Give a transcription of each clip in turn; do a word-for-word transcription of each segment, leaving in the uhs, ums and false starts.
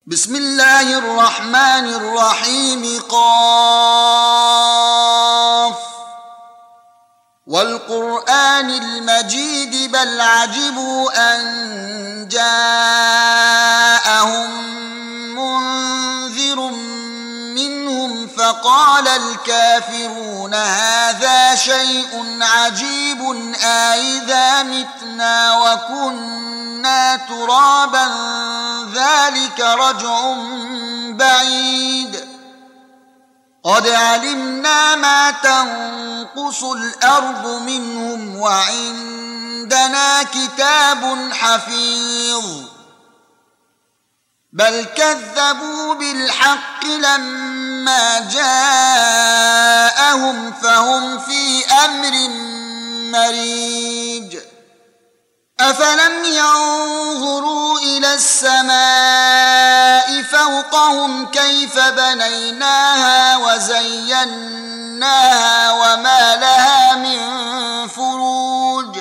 بسم الله الرحمن الرحيم. قاف والقرآن المجيد بل عجبوا أن جاءهم منذر منهم فقال الكافرون هذا شيء عجيب أإذا متنا وكنا ترابا ذلك رجع بعيد قد علمنا ما تنقص الأرض منهم وعندنا كتاب حفيظ بل كذبوا بالحق لما جاءهم فهم في أمر مريج أفلم ينظروا إلى السماء فوقهم كيف بنيناها وزيناها وما لها من فروج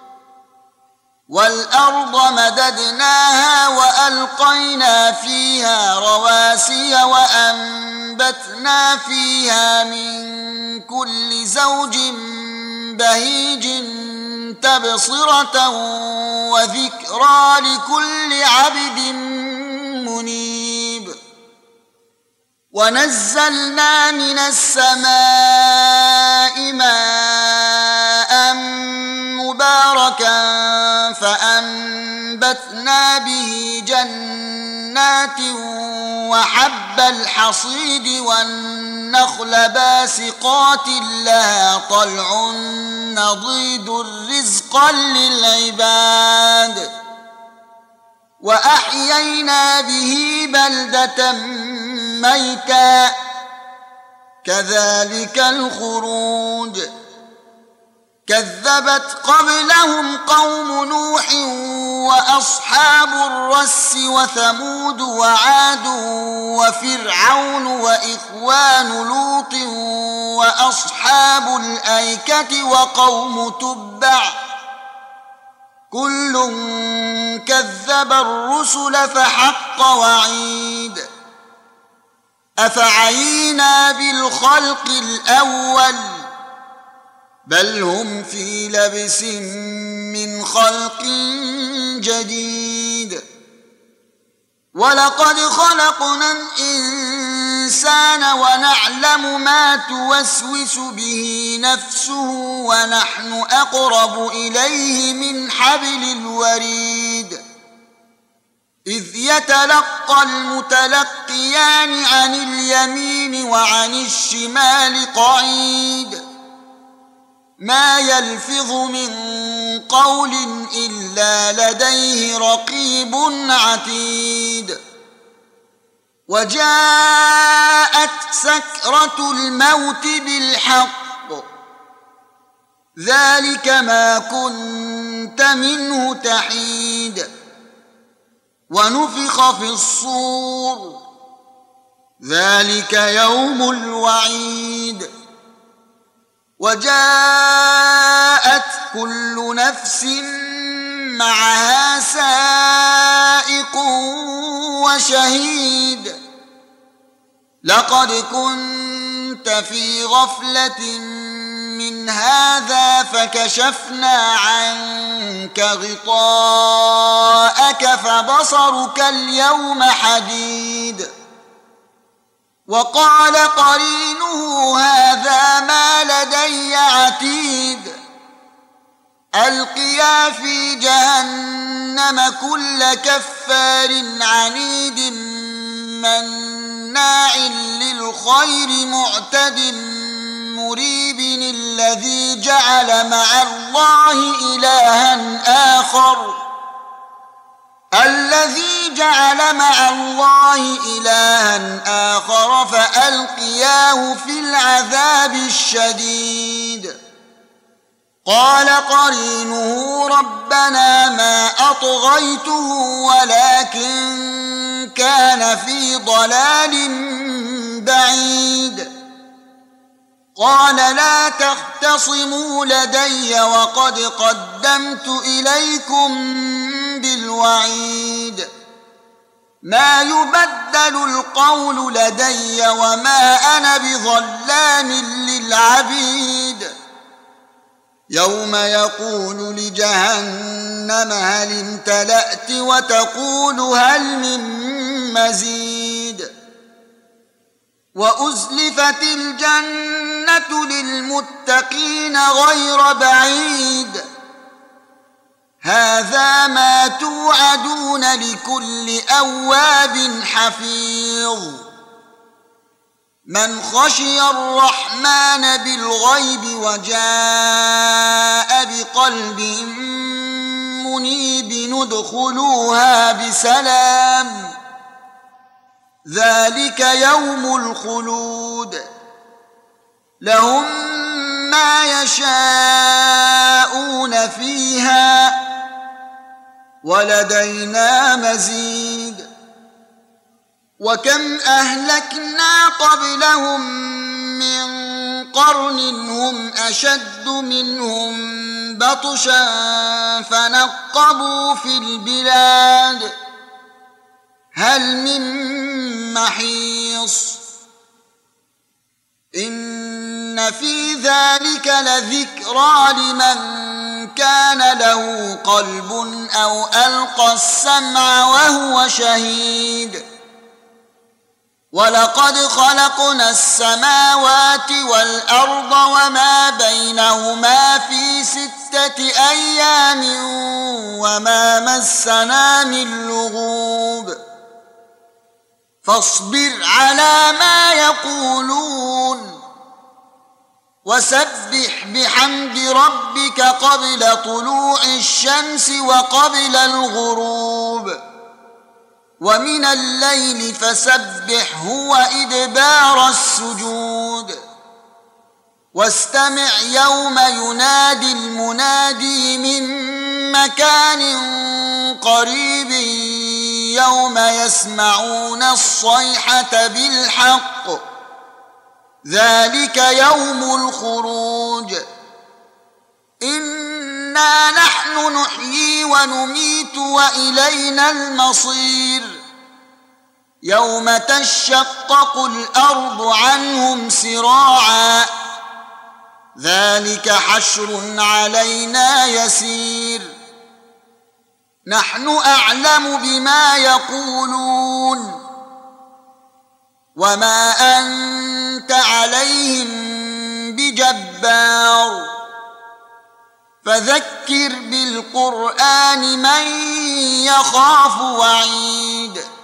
والأرض مددناها وألقينا فيها رواسي وأنبتنا فيها من كل زوج بهيج تبصرة وذكرى لكل عبد منيب ونزلنا من السماء ماء مباركا فأنبتنا به جنات وحب الحصيد والنخل باسقات لها طلع نضيد رزقا للعباد وأحيينا به بلدة ميتا كذلك الخروج كذبت قبلهم قوم نوح وأصحاب الرس وثمود وعاد وفرعون وإخوان لوط وأصحاب الأيكة وقوم تبع كل كذب الرسل فحق وعيد أفعينا بالخلق الأول بل هم في لبس من خلق جديد ولقد خلقنا الإنسان ونعلم ما توسوس به نفسه ونحن أقرب إليه من حبل الوريد إذ يتلقى المتلقيان عن اليمين وعن الشمال قعيد ما يلفظ من قول إلا لديه رقيب عتيد وجاءت سكرة الموت بالحق ذلك ما كنت منه تحيد ونفخ في الصور ذلك يوم الوعيد وجاءت كل نفس معها سائق وشهيد لقد كنت في غفلة من هذا فكشفنا عنك غطاءك فبصرك اليوم حديد وقال قرينه هذا ما لدي عتيد ألقيا في جهنم كل كفار عنيد مناع للخير معتد مريب الذي جعل مع الله إلها آخر الذي جعل مع الله إلها آخر فألقياه في العذاب الشديد قال قرينه ربنا ما أطغيته ولكن كان في ضلال بعيد قال لا تختصموا لدي وقد قدمت إليكم بالوعيد ما يبدل القول لدي وما أنا بظلام للعبيد يوم يقول لجهنم هل امتلأت وتقول هل من مزيد وأزلفت الجنة للمتقين غير بعيد هذا ما توعدون لكل أواب حفيظ من خشي الرحمن بالغيب وجاء بقلب منيب ندخلوها بسلام ذلك يوم الخلود لهم ما يشاءون فيها ولدينا مزيد وكم أهلكنا قبلهم من قرن هم أشد منهم بطشا فنقبوا في البلاد هل من محيص إن في ذلك لذكرى لمن كان له قلب أو ألقى السمع وهو شهيد ولقد خلقنا السماوات والأرض وما بينهما في ستة أيام وما مسنا من لغوب فاصبر على ما يقولون وسبح بحمد ربك قبل طلوع الشمس وقبل الغروب ومن الليل فسبحه وإدبار السجود واستمع يوم ينادي المنادي من مكان قريب يوم يسمعون الصيحة بالحق ذلك يوم الخروج إنا نحن نحيي ونميت وإلينا المصير يوم تشقق الأرض عنهم سراعا ذلك حشر علينا يسير نحن أعلم بما يقولون وما أنت عليهم بجبار فذكر بالقرآن من يخاف وعيد